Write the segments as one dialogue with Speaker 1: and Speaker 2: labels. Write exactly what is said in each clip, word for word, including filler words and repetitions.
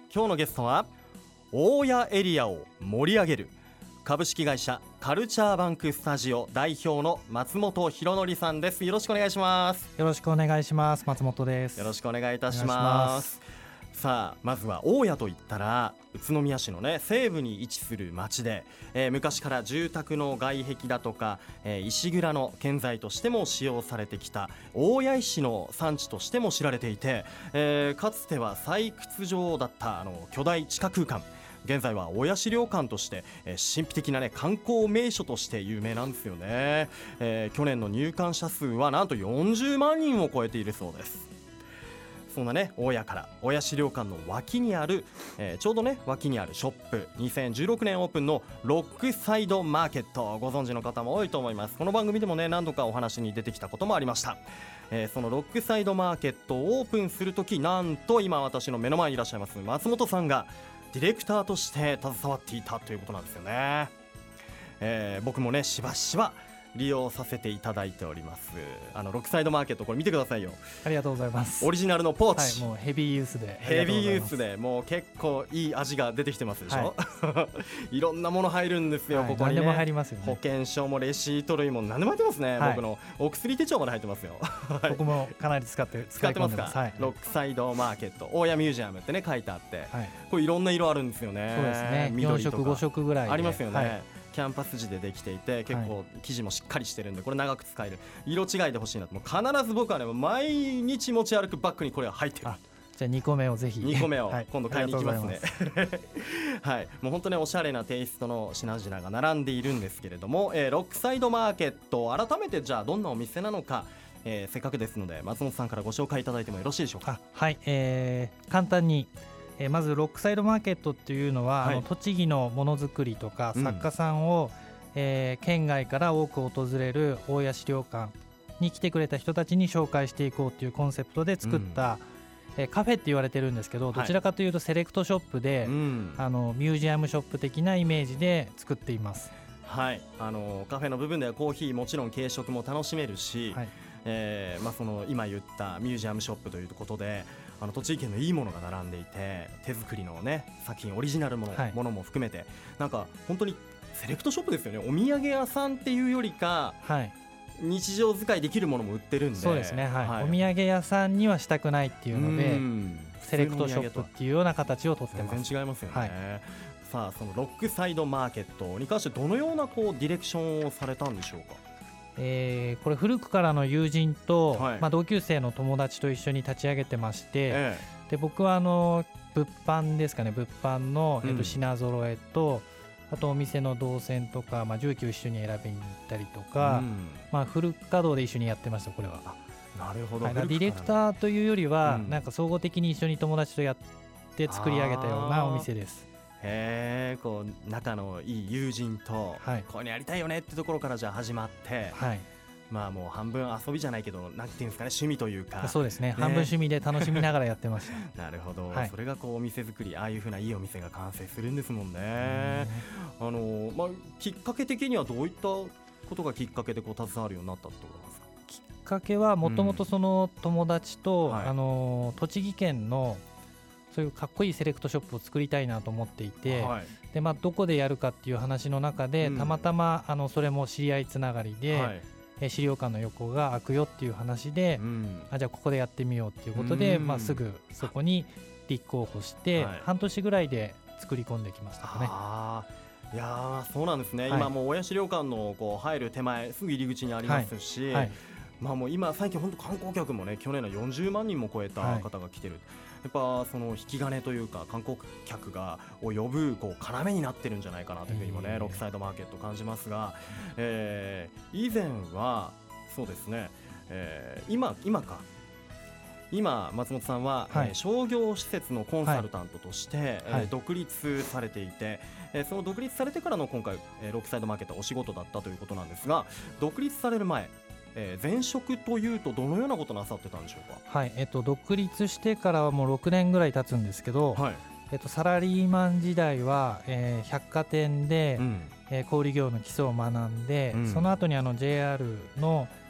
Speaker 1: 今日のゲストは大谷エリアを盛り上げる株式会社カルチャーバンクスタジオ代表の松本博則さんです。よろしくお願いします。
Speaker 2: よろしくお願いします。松本です。
Speaker 1: よろしくお願いいたします。さあまずは大谷といったら宇都宮市のね西部に位置する町で、えー、昔から住宅の外壁だとか、えー、石蔵の建材としても使用されてきた大谷石の産地としても知られていて、えー、かつては採掘場だったあの巨大地下空間、現在は大谷資料館として、えー、神秘的な、ね、観光名所として有名なんですよね、えー、去年の入館者数はなんとよんじゅうまんにんを超えているそうです。そんなね大谷から大谷資料館の脇にある、えー、ちょうどね脇にあるショップ、にせんじゅうろくねんオープンのロックサイドマーケット、ご存知の方も多いと思います。この番組でもね何度かお話に出てきたこともありました、えー、そのロックサイドマーケットをオープンするとき、なんと今私の目の前にいらっしゃいます松本さんがディレクターとして携わっていたということなんですよね、えー、僕もねしばしば利用させていただいております。あのロックサイドマーケット、これ見てくださいよ。
Speaker 2: ありがとうございます。
Speaker 1: オリジナルのポーチ、
Speaker 2: はい、もうヘビーユースで
Speaker 1: ヘビーユースでもう結構いい味が出てきてますでしょ、はい、いろんなもの入るんですよ、はい、ここにね。
Speaker 2: 何でも入りますよね。
Speaker 1: 保険証もレシート類も何でも入ってますね、はい、僕のお薬手帳まで入ってますよ
Speaker 2: 僕もかなり使って
Speaker 1: 使ってますか、
Speaker 2: はい、
Speaker 1: ロックサイドマーケット大谷ミュージアムってね書いてあって、はい、これいろんな色あるんですよね。
Speaker 2: そうですね、
Speaker 1: 緑とか
Speaker 2: よんしょくごしょくぐらい
Speaker 1: ありますよね、はい、キャンパス地でできていて結構生地もしっかりしてるんでこれ長く使える、色違いで欲しいなと。もう必ず僕はね毎日持ち歩くバッグにこれが入ってる。
Speaker 2: じゃあにこめをぜひ
Speaker 1: にこめを今度買いに行きますねはい、もう本当におしゃれなテイストの品々が並んでいるんですけれども、えー、ロックサイドマーケット改めてじゃあどんなお店なのか、えー、せっかくですので松本さんからご紹介いただいてもよろしいでしょうか。
Speaker 2: はい、えー、簡単にえー、まずロックサイドマーケットっていうのは、はい、あの栃木のものづくりとか作家さんを、うんえー、県外から多く訪れる大谷資料館に来てくれた人たちに紹介していこうというコンセプトで作った、うんえー、カフェって言われてるんですけど、どちらかというとセレクトショップで、はい、あのミュージアムショップ的なイメージで作っています。
Speaker 1: はい、あのカフェの部分ではコーヒーもちろん軽食も楽しめるし、はいえーまあ、その今言ったミュージアムショップということであの栃木県のいいものが並んでいて手作りの、ね、作品オリジナルもの、はい、ものも含めてなんか本当にセレクトショップですよね。お土産屋さんっていうよりか、はい、日常使いできるものも売ってるんで。
Speaker 2: そうですね、はいはい、お土産屋さんにはしたくないっていうのでセレクトショップっていうような形をとってます。
Speaker 1: 全然違いますよね、はい、さあそのロックサイドマーケットに関してどのようなこうディレクションをされたんでしょうか。
Speaker 2: えー、これ古くからの友人と、はいまあ、同級生の友達と一緒に立ち上げてまして、ええ、で僕はあの物販ですかね、物販の、えっと、品揃えと、うん、あとお店の動線とか、まあ、重機を一緒に選びに行ったりとか、うんまあ、フル稼働で一緒にやってました。これは
Speaker 1: なるほど、
Speaker 2: はい、ディレクターというよりは、うん、なんか総合的に一緒に友達とやって作り上げたようなお店です。
Speaker 1: へー、こう仲のいい友人と、はい、こういうのやりたいよねってところからじゃあ始まって、はい、まあもう半分遊びじゃないけどなんていうんですかね、趣味というか。
Speaker 2: そうですね、ね、半分趣味で楽しみながらやってました
Speaker 1: なるほど、はい、それがこうお店作り、ああいう風ないいお店が完成するんですもんね。あの、まあ、きっかけ的にはどういったことがきっかけでこう携わるようになったってことなんですか。
Speaker 2: きっかけはもともとその友達と、うんはい、あの栃木県のそういうかっこいいセレクトショップを作りたいなと思っていて、はいでまあ、どこでやるかっていう話の中で、うん、たまたまあのそれも知り合いつながりで、はい、え資料館の横が開くよっていう話で、うん、あじゃあここでやってみようっていうことで、うんまあ、すぐそこに立候補して、はい、半年ぐらいで作り込んできましたかね。
Speaker 1: あいやそうなんですね、はい、今もう大谷資料館のこう入る手前すぐ入り口にありますし、はいはいまあ、もう今最近本当観光客もね去年のよんじゅうまんにんも超えた方が来てる、はい、やっぱその引き金というか観光客がを呼ぶこう要になってるんじゃないかなというふうにもね、えー、ロックサイドマーケット感じますが、えー、以前はそうですね、えー、今今か今松本さんは、はいえー、商業施設のコンサルタントとして、はいえー、独立されていて、えー、その独立されてからの今回、えー、ロックサイドマーケットはお仕事だったということなんですが、独立される前えー、前職というとどのようなことなさってたんでしょうか。
Speaker 2: はい、えっと、独立してからはもうろくねんぐらい経つんですけど、はいえっと、サラリーマン時代は、えー、百貨店で、うんえー、小売業の基礎を学んで、うん、その後にあの ジェイアール の、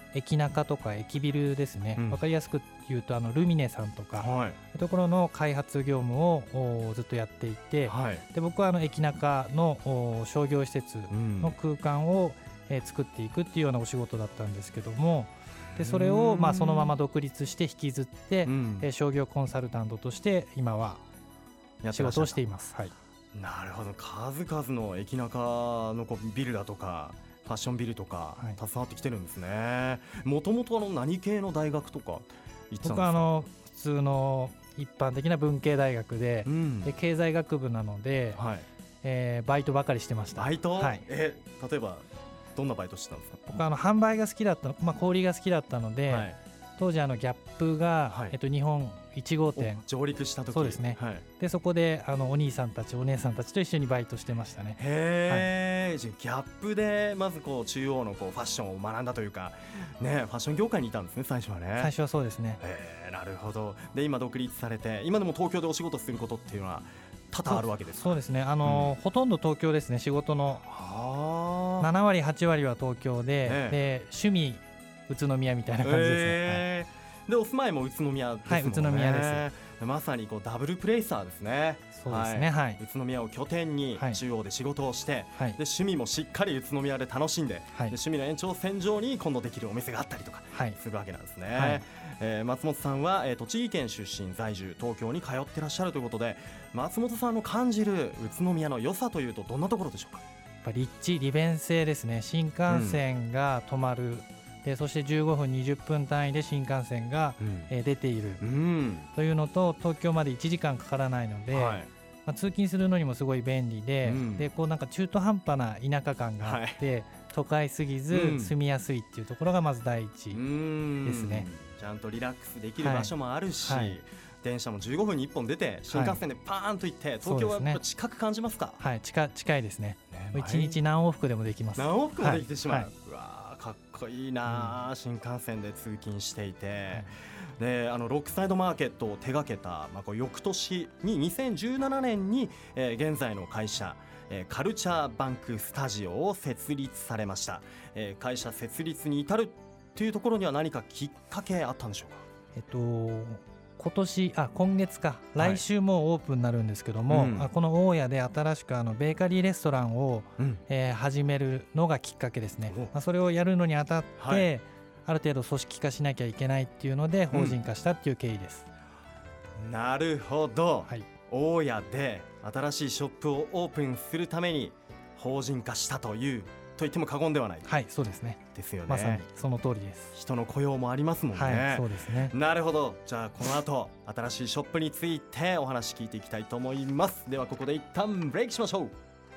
Speaker 2: 駅中とか駅ビルですね、うん、分かりやすく言うとあのルミネさんとか、はい、いうところの開発業務をずっとやっていて、はい、で僕はあの駅中の商業施設の空間を、えー、作っていくっていうようなお仕事だったんですけども、でそれをまあそのまま独立して引きずって、うん、えー、商業コンサルタントとして今は仕事をしています。はい、
Speaker 1: なるほど。数々の駅中のこうビルだとかファッションビルとか携わってきてるんですね。もともと何系の大学とか行ってたんですか？
Speaker 2: 僕はあの普通の一般的な文系大学 で,、うん、で経済学部なので、はい、えー、バイトばかりしてました。
Speaker 1: バイト、はい、え例えばどんなバイトしてたんですか？
Speaker 2: 僕はあの販売が好きだった、まあ、小売が好きだったので、はい、当時あのギャップが、はい、えっと、日本いち号店
Speaker 1: 上陸した時、
Speaker 2: そうですね、はい、でそこであのお兄さんたちお姉さんたちと一緒にバイトしてましたね。
Speaker 1: へー、はい、ギャップでまずこう中央のこうファッションを学んだというか、ね、ファッション業界にいたんですね、最初はね。
Speaker 2: 最初はそうですね。
Speaker 1: へー、なるほど。で今独立されて今でも東京でお仕事することっていうのは多々あるわけですか？
Speaker 2: そうですね、あの、うん、ほとんど東京ですね。仕事のななわりはちわりは東京 で,、ね、で趣味宇都宮みたいな感じですね。
Speaker 1: えーはい、でお住まいも宇都宮ですもんね。はい、宇
Speaker 2: 都宮です。
Speaker 1: まさにこうダブルプレイサーですね。
Speaker 2: そうですね、はい、
Speaker 1: 宇都宮を拠点に中央で仕事をして、はい、で趣味もしっかり宇都宮で楽しんで、はい、で趣味の延長線上に今度できるお店があったりとかするわけなんですね。はい、えー、松本さんは、えー、栃木県出身在住、東京に通ってらっしゃるということで、松本さんの感じる宇都宮の良さというとどんなところでしょうか？
Speaker 2: やっぱ立地利便性ですね。新幹線が止まる、うん、でそしてじゅうごふんにじゅっぷん単位で新幹線が、うん、えー、出ている、うん、というのと東京までいちじかんかからないので、はい、まあ、通勤するのにもすごい便利 で,、うん、でこうなんか中途半端な田舎感があって、はい、都会すぎず住みやすいっていうところがまず第一ですね。
Speaker 1: ちゃんとリラックスできる場所もあるし、はいはい、電車もじゅうごふんにいっぽん出て新幹線でパーンと行って、はい、東京はやっぱ近く感じますか？
Speaker 2: はい、近, 近いですね。いちにち何往復でもできます。
Speaker 1: 何往復もできてしまう、はいはい、うわかっこいいな、うん、新幹線で通勤していて、はい、であのロックサイドマーケットを手掛けた、まあ、こう翌年ににせんじゅうななねんに、えー、現在の会社、えー、カルチャーバンクスタジオを設立されました。えー、会社設立に至るというところには何かきっかけあったんでしょうか？
Speaker 2: えっと今年あ今月か来週もオープンになるんですけども、はい、うん、この大谷で新しくあのベーカリーレストランを、うん、えー、始めるのがきっかけですね。まあ、それをやるのにあたって、はい、ある程度組織化しなきゃいけないっていうので法人化したっていう経緯です。
Speaker 1: うん、なるほど、はい、大谷で新しいショップをオープンするために法人化したというと言っても過言ではない。
Speaker 2: はい、そうですね。
Speaker 1: ですよね。
Speaker 2: まさにその通りです。
Speaker 1: 人の雇用もありますもんね。
Speaker 2: はい、そうですね。
Speaker 1: なるほど。じゃあこの後新しいショップについてお話聞いていきたいと思います。ではここで一旦ブレイクしましょう。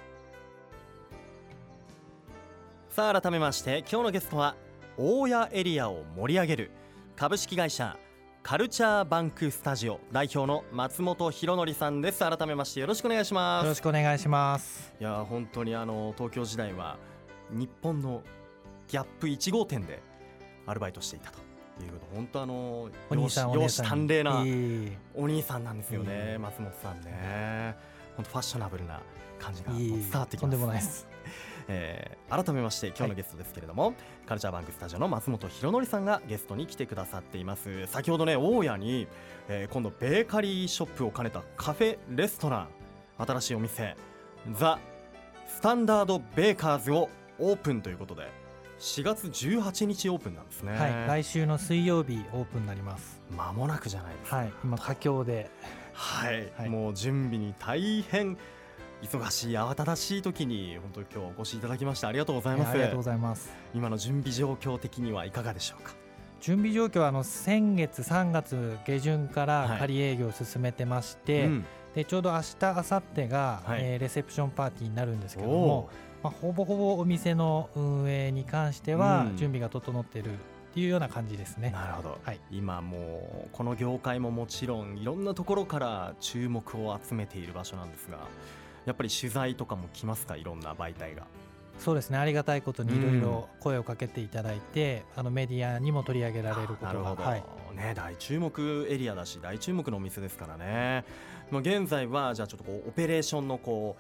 Speaker 1: さあ改めまして今日のゲストは大谷エリアを盛り上げる株式会社カルチャーバンクスタジオ代表の松本博則さんです。改めましてよろしくお願いします。
Speaker 2: よろしくお願いします。
Speaker 1: いや本当にあの東京時代は日本のギャップいち号店でアルバイトしていたということ、本当あの
Speaker 2: お兄さん
Speaker 1: 容姿端麗なお兄さんなんですよね、松本さんね。本当ファッショナブルな感じが伝わってきます。
Speaker 2: とんでもないです。
Speaker 1: えー、改めまして今日のゲストですけれども、はい、カルチャーバンクスタジオの松本博則さんがゲストに来てくださっています。先ほどね大谷に、えー、今度ベーカリーショップを兼ねたカフェレストラン、新しいお店ザ・スタンダードベーカーズをオープンということでしがつじゅうはちにちオープンなんですね。
Speaker 2: はい、来週の水曜日オープンになります。
Speaker 1: 間もなくじゃないですか。
Speaker 2: はい、今佳境で、
Speaker 1: はい、はい、もう準備に大変忙しい慌ただしい時に本当に今日お越しいただきましてありがとうございます。
Speaker 2: ありがとうございます。
Speaker 1: 今の準備状況的にはいかがでしょうか？
Speaker 2: 準備状況はあの先月さんがつ下旬から仮営業を進めてまして、はい、うん、でちょうど明日明後日が、はい、えー、レセプションパーティーになるんですけども、まあ、ほぼほぼお店の運営に関しては準備が整っているっていうような感じですね。
Speaker 1: うん、なるほど、はい、今もうこの業界ももちろんいろんなところから注目を集めている場所なんですが、やっぱり取材とかも来ますか？いろんな媒体が。
Speaker 2: そうですね、ありがたいことにいろいろ声をかけていただいて、うん、あのメディアにも取り上げられることが。なるほど、はい、
Speaker 1: ね、大注目エリアだし大注目のお店ですからね。まあ、現在はじゃあちょっとこうオペレーションのこ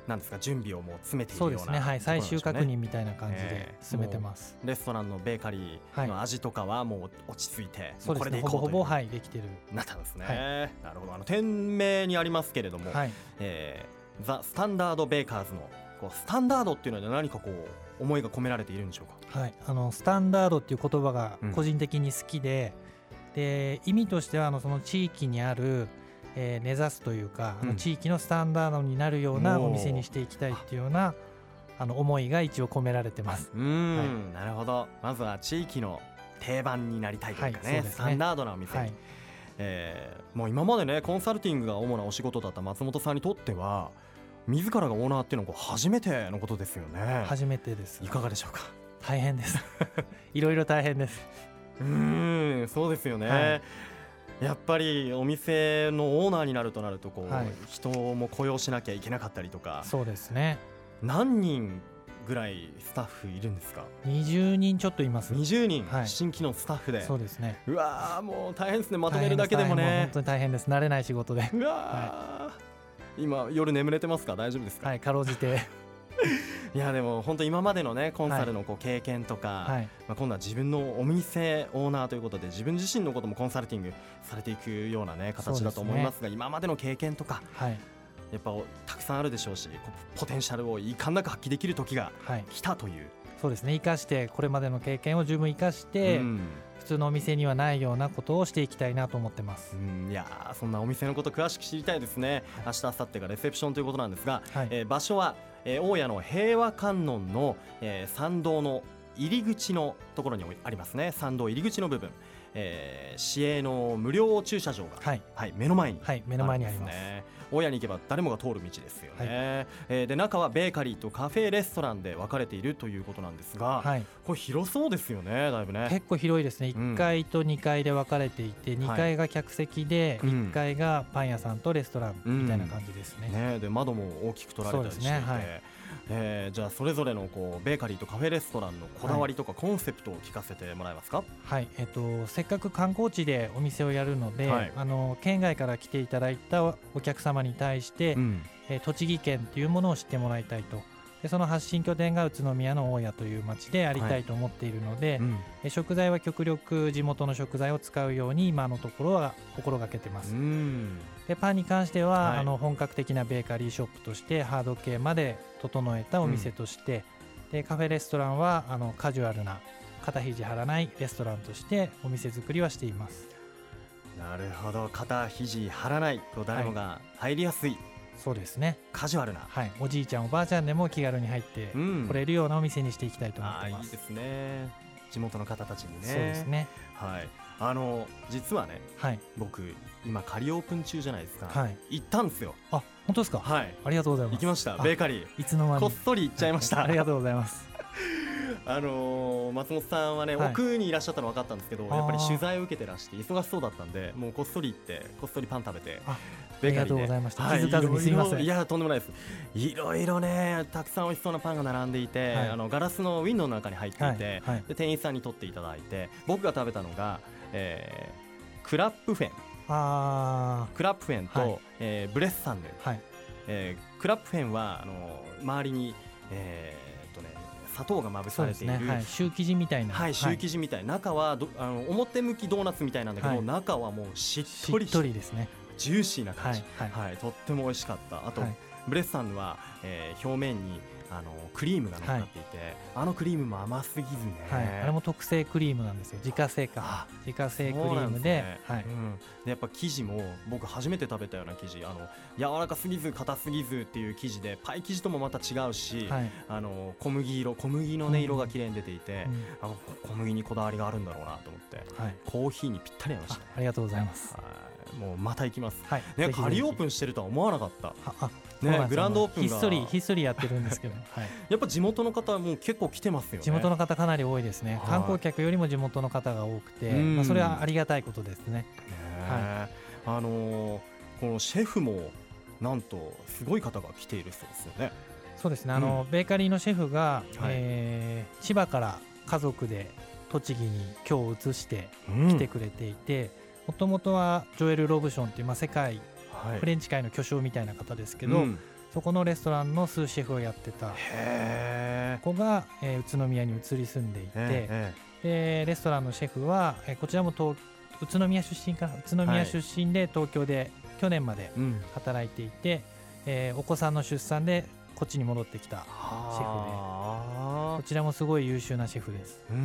Speaker 1: なんですか準備をもう詰めている
Speaker 2: そ
Speaker 1: ような、
Speaker 2: うですね、はい、最終確認みたいな感じで進めてます、
Speaker 1: えー、レストランのベーカリーの味とかはもう落ち着いて、はい、
Speaker 2: そうですね、ほぼほぼ、はい、できてる
Speaker 1: なったんですね、
Speaker 2: はい、
Speaker 1: なるほど。あの店名にありますけれども、はい、えー、ザ・スタンダード・ベーカーズのこうスタンダードっていうのは何かこう思いが込められているんでしょうか。
Speaker 2: はい、あのスタンダードっていう言葉が個人的に好きで、うん、で意味としてはあのその地域にあるえー、根ざすというか、うん、あの地域のスタンダードになるようなお店にしていきたいっていうようなあの思いが一応込められてます。
Speaker 1: うん、はい、なるほど。まずは地域の定番になりたいというか ね,、はい、ねスタンダードなお店に、はい、えー、もう今までねコンサルティングが主なお仕事だった松本さんにとっては自らがオーナーっていうのは初めてのことですよね。
Speaker 2: 初めてです。
Speaker 1: いかがでしょうか。
Speaker 2: 大変ですいろいろ大変です。
Speaker 1: うーん、そうですよね、はい、やっぱりお店のオーナーになるとなるとこう、はい、人も雇用しなきゃいけなかったりとか。
Speaker 2: そうですね。
Speaker 1: 何人ぐらいスタッフいるんですか。
Speaker 2: にじゅうにんちょっといます。
Speaker 1: にじゅうにん、はい、新規のスタッフで。
Speaker 2: そうですね。
Speaker 1: うわーもう大変ですね。まとめるだけでもね。
Speaker 2: もう本当に大変です。慣れない仕事で。
Speaker 1: うわー、はい、今夜眠れてますか。大丈夫ですか。
Speaker 2: はい、かろうじて
Speaker 1: いやでも本当今までのねコンサルのこう経験とか、はい、まあ、今度は自分のお店オーナーということで自分自身のこともコンサルティングされていくようなね形だと思いますが、今までの経験とか、はい、やっぱたくさんあるでしょうし、ポテンシャルをいかんなく発揮できる時が来たという、はい、
Speaker 2: そうですね。生かしてこれまでの経験を十分生かして、うん、普通のお店にはないようなことをしていきたいなと思ってます。
Speaker 1: うん、いやそんなお店のこと詳しく知りたいですね、はい、明日明後日がレセプションということなんですが、はい、えー、場所はえー、大谷の平和観音の、えー、参道の入り口のところにありますね。参道入り口の部分、えー、市営の無料駐車場が、はいはい、目の前に、
Speaker 2: はい、目の前にあります。
Speaker 1: 大谷に行けば誰もが通る道ですよね、はい、えー、で中はベーカリーとカフェレストランで分かれているということなんですが、はい、これ広そうですよね。だいぶね
Speaker 2: 結構広いですね。いっかいとにかいで分かれていて、うん、にかいが客席で、はい、いっかいがパン屋さんとレストランみたいな感じですね、
Speaker 1: うんね、で窓も大きく取られたりしていて、そうですね、はい、えー、じゃあそれぞれのこうベーカリーとカフェレストランのこだわりとかコンセプトを聞かせてもらえますか。
Speaker 2: はい、えー、とせっかく観光地でお店をやるので、はい、あの県外から来ていただいたお客様に対して、うん、えー、栃木県というものを知ってもらいたいと。でその発信拠点が宇都宮の大谷という町でありたいと思っているので、はい、うん、え食材は極力地元の食材を使うように今のところは心がけてます。うん、でパンに関しては、はい、あの本格的なベーカリーショップとしてハード系まで整えたお店として、うん、でカフェレストランはあのカジュアルな肩肘張らないレストランとしてお店作りはしています。
Speaker 1: なるほど。肩肘張らないと誰もが入りやすい、はい、
Speaker 2: そうですね。
Speaker 1: カジュアルな、
Speaker 2: はい、おじいちゃんおばあちゃんでも気軽に入って来れるようなお店にしていきたいと思ってます。
Speaker 1: あ、いいですね。地元の方たちにね。
Speaker 2: そうですね、
Speaker 1: はい、あの実はね、はい、僕今仮オープン中じゃないですか、はい、行ったんですよ。
Speaker 2: あ、本当ですか。
Speaker 1: はい、
Speaker 2: ありがとうございます。
Speaker 1: 行きました。ベーカリー
Speaker 2: いつの間に
Speaker 1: こっそり行っちゃいました、
Speaker 2: はい、ありがとうございます
Speaker 1: あのー、松本さんはね、はい、奥にいらっしゃったの分かったんですけど、やっぱり取材を受けてらして忙しそうだったんで、もうこっそり行ってこっそりパン食べて
Speaker 2: ベーカリーで、ありがとうございました、はい、気づかずにすいません。
Speaker 1: いやとんでもないです。いろいろねたくさん美味しそうなパンが並んでいて、はい、あのガラスのウィンドウの中に入っていて、はいはい、で店員さんに取っていただいて、僕が食べたのが、えー、クラップフェンあクラップフェンと、はい、えー、ブレッサンヌ、はい、えー、クラップフェンはあの周りに、えー砂糖がまぶされている、
Speaker 2: ね、はい、シュー生地みたいな、
Speaker 1: はい、シュー生地みたいな、中はどあの表向きドーナツみたいなんだけど、はい、中はもうしっとり
Speaker 2: しっとりですね。
Speaker 1: ジューシーな感じ、
Speaker 2: はいはい
Speaker 1: はい、とっても美味しかった。あと、はい、ブレッサンは、えー、表面にあのクリームが乗っかっていて、はい、あのクリームも甘すぎずね、
Speaker 2: はい、あれも特製クリームなんですよ。自家製か自家製クリーム で, で、ね、はい、うん、
Speaker 1: でやっぱ生地も僕初めて食べたような生地、あの柔らかすぎず硬すぎずっていう生地で、パイ生地ともまた違うし、はい、あの小麦色小麦の、ね、色が綺麗に出ていて、うん、あの小麦にこだわりがあるんだろうなと思って、はい、コーヒーにぴったり合いました。
Speaker 2: あ, ありがとうございます。
Speaker 1: はい、もうまた行きます、はい、ね、
Speaker 2: ぜひぜひ
Speaker 1: 仮オープンしてるとは思わなかった。
Speaker 2: あ
Speaker 1: ね、グランドオープンが
Speaker 2: ひっそりひっそりやってるんですけど、はい、
Speaker 1: やっぱ地元の方はもう結構来てますよね。
Speaker 2: 地元の方かなり多いですね。観光客よりも地元の方が多くて、まあ、それはありがたいことですね。ね、
Speaker 1: はい、あのー、このシェフもなんとすごい方が来ているそうですよね。
Speaker 2: そうですね、あの、うん、ベーカリーのシェフが、はい、えー、千葉から家族で栃木に今日移して来てくれていて、もともとはジョエル・ロブションっていう、まあ、世界フレンチ界の巨匠みたいな方ですけど、うん、 そこのレストランのスーシェフをやってた子が、えー、宇都宮に移り住んでいて、えー、でレストランのシェフは、えー、こちらも東宇都宮出身か宇都宮出身で東京で去年まで働いていて、うんえー、お子さんの出産でこっちに戻ってきたシェフで、こちらもすごい優秀なシェフです。
Speaker 1: うん、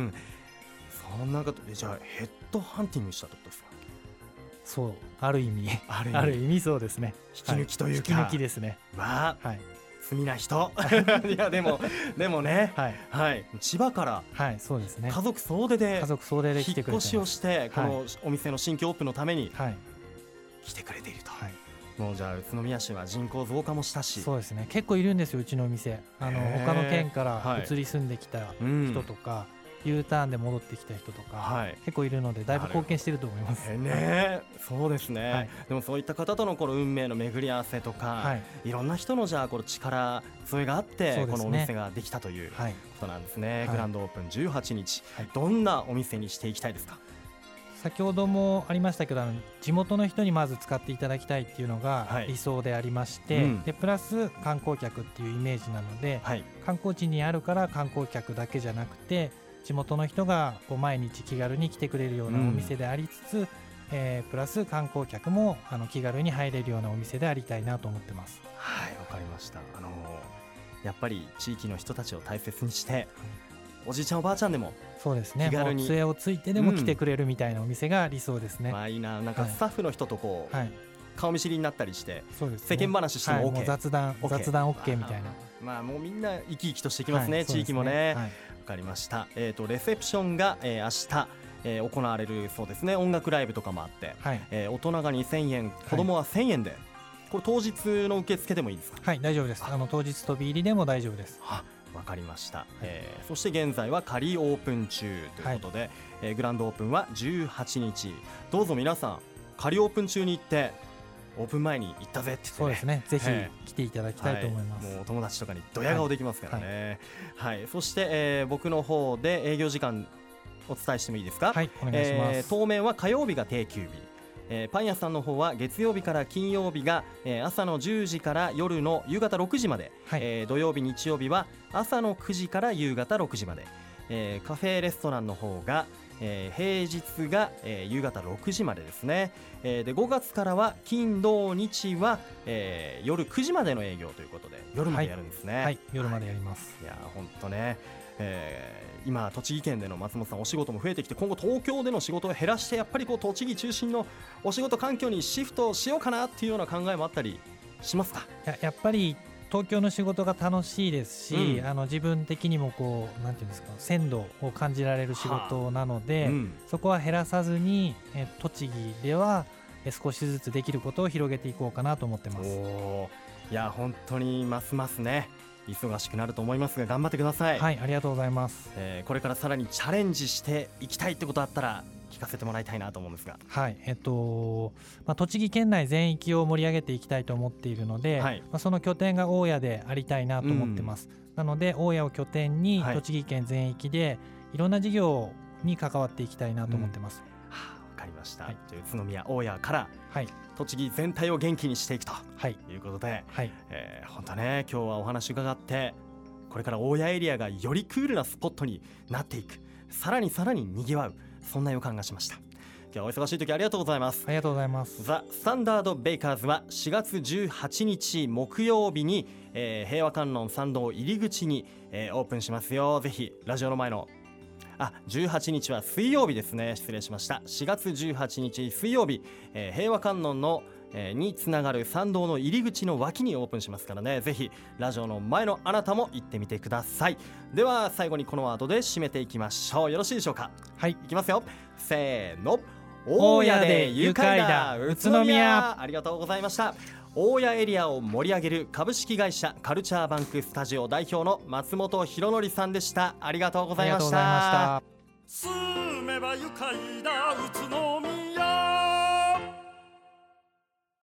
Speaker 1: そんなことじゃあヘッドハンティングしたってことですか？
Speaker 2: そう、ある意味ある意味、ある意味そうですね。
Speaker 1: 引き抜きというか、
Speaker 2: はい、引き抜きですね。
Speaker 1: わあ、はい、罪な人いやでもでもね、はいはい、千葉から、はい、そうですね、家族総出で家族総出で来てくれて引っ越しをしてこのお店の新規オープンのために来てくれていると、はい、もうじゃあ宇都宮市は人口増加もしたし、
Speaker 2: そうですね、結構いるんですようちのお店。あの他の県から移り住んできた人とか、はい、うん、U ターンで戻ってきた人とか、はい、結構いるのでだいぶ貢献してると思います。
Speaker 1: えー、ねそうですね、はい、でもそういった方とのこの運命の巡り合わせとか、はい、いろんな人のじゃあこの力添えがあって、ね、このお店ができたということなんですね、はい、グランドオープンじゅうはちにち、はい、どんなお店にしていきたいですか？
Speaker 2: 先ほどもありましたけど、あの地元の人にまず使っていただきたいっていうのが理想でありまして、はい、うん、でプラス観光客っていうイメージなので、はい、観光地にあるから観光客だけじゃなくて地元の人がこう毎日気軽に来てくれるようなお店でありつつ、うん、えー、プラス観光客もあの気軽に入れるようなお店でありたいなと思ってます。
Speaker 1: はい、わかりました。あのー、やっぱり地域の人たちを大切にして、うん、おじいちゃんおばあちゃんでも
Speaker 2: そうですね、気軽に杖をついてでも来てくれるみたいなお店が理想ですね。
Speaker 1: うん、まあいいな、なんかスタッフの人とこう、はい、顔見知りになったりして、そうですね、世間話しても OK、はい、もう
Speaker 2: 雑談、OK、雑談 OK みたいな、
Speaker 1: まあもうみんな生き生きとしてきますね、はい、地域もね、はい、わかりました。えーとレセプションが、えー、明日、えー、行われるそうですね。音楽ライブとかもあって、はい、えー、大人がにせんえん、子供はせんえんで、はい、これ当日の受付でもいいですか？
Speaker 2: はい、大丈夫です。あの当日飛び入りでも大丈夫です。
Speaker 1: はわかりました。はい、えー、そして現在は仮オープン中ということで、はい、えー、グランドオープンはじゅうはちにち、どうぞ皆さん仮オープン中に行ってオープン前に行ったぜって言って、ね、
Speaker 2: そうですね、ぜひ来ていただきたいと思います。
Speaker 1: はい、もうお友達とかにドヤ顔できますからね。はい、はいはい、そして、えー、僕の方で営業時間お伝えしてもいいですか？
Speaker 2: はい、お願いします。えー、
Speaker 1: 当面は火曜日が定休日、えー、パン屋さんの方は月曜日から金曜日が、えー、朝のじゅうじから夜の夕方ろくじまで、はい、えー、土曜日日曜日は朝のくじから夕方ろくじまで、えー、カフェレストランの方が、えー、平日が、えー、夕方ろくじまでですね、えー、でごがつからは金土日は、えー、夜くじまでの営業ということで夜までやるんですね。
Speaker 2: はい、はい、夜までやります。
Speaker 1: いや本当ね、えー、今栃木県での松本さんお仕事も増えてきて、今後東京での仕事を減らしてやっぱりこう栃木中心のお仕事環境にシフトしようかなっていうような考えもあったりしますか？
Speaker 2: や, やっぱり東京の仕事が楽しいですし、うん、あの自分的にもこうなんていうんですか、鮮度を感じられる仕事なので、はあ、うん、そこは減らさずにえ栃木では少しずつできることを広げていこうかなと思ってます。
Speaker 1: おいや本当にますますね忙しくなると思いますが頑張ってください。
Speaker 2: はい、ありがとうございます。
Speaker 1: えー、これからさらにチャレンジしていきたいってことあったら聞かせてもらいたいなと思うんですが。
Speaker 2: はい、えっとまあ、栃木県内全域を盛り上げていきたいと思っているので、はい、まあ、その拠点が大谷でありたいなと思ってます。うん、なので大谷を拠点に栃木県全域でいろんな事業に関わっていきたいなと思ってます。うん、
Speaker 1: はあ、わかりました。はい、じゃあ宇都宮大谷から、はい、栃木全体を元気にしていくということで、はい、えー、本当ね今日はお話伺ってこれから大谷エリアがよりクールなスポットになっていく、さらにさらににぎわう、そんな予感がしました。今日はお忙しい時ありがとうございます。
Speaker 2: ありがとうございます。
Speaker 1: ザ・スタンダードベイカーズはしがつじゅうはちにち木曜日に、えー、平和観音参道入り口に、えー、オープンしますよ。ぜひラジオの前のあじゅうはちにちは水曜日ですね、失礼しました。しがつじゅうはちにち水曜日、えー、平和観音のえー、につながる参道の入り口の脇にオープンしますからね、ぜひラジオの前のあなたも行ってみてください。では最後にこのワードで締めていきましょう。よろしいでしょうか？はい、いきますよ、せーの。大谷で愉快だ宇都宮。ありがとうございました。大谷エリアを盛り上げる株式会社カルチャーバンクスタジオ代表の松本博則さんでした。ありがとうございました。
Speaker 2: ありがとうございました。
Speaker 3: 住めば愉快だ宇都宮。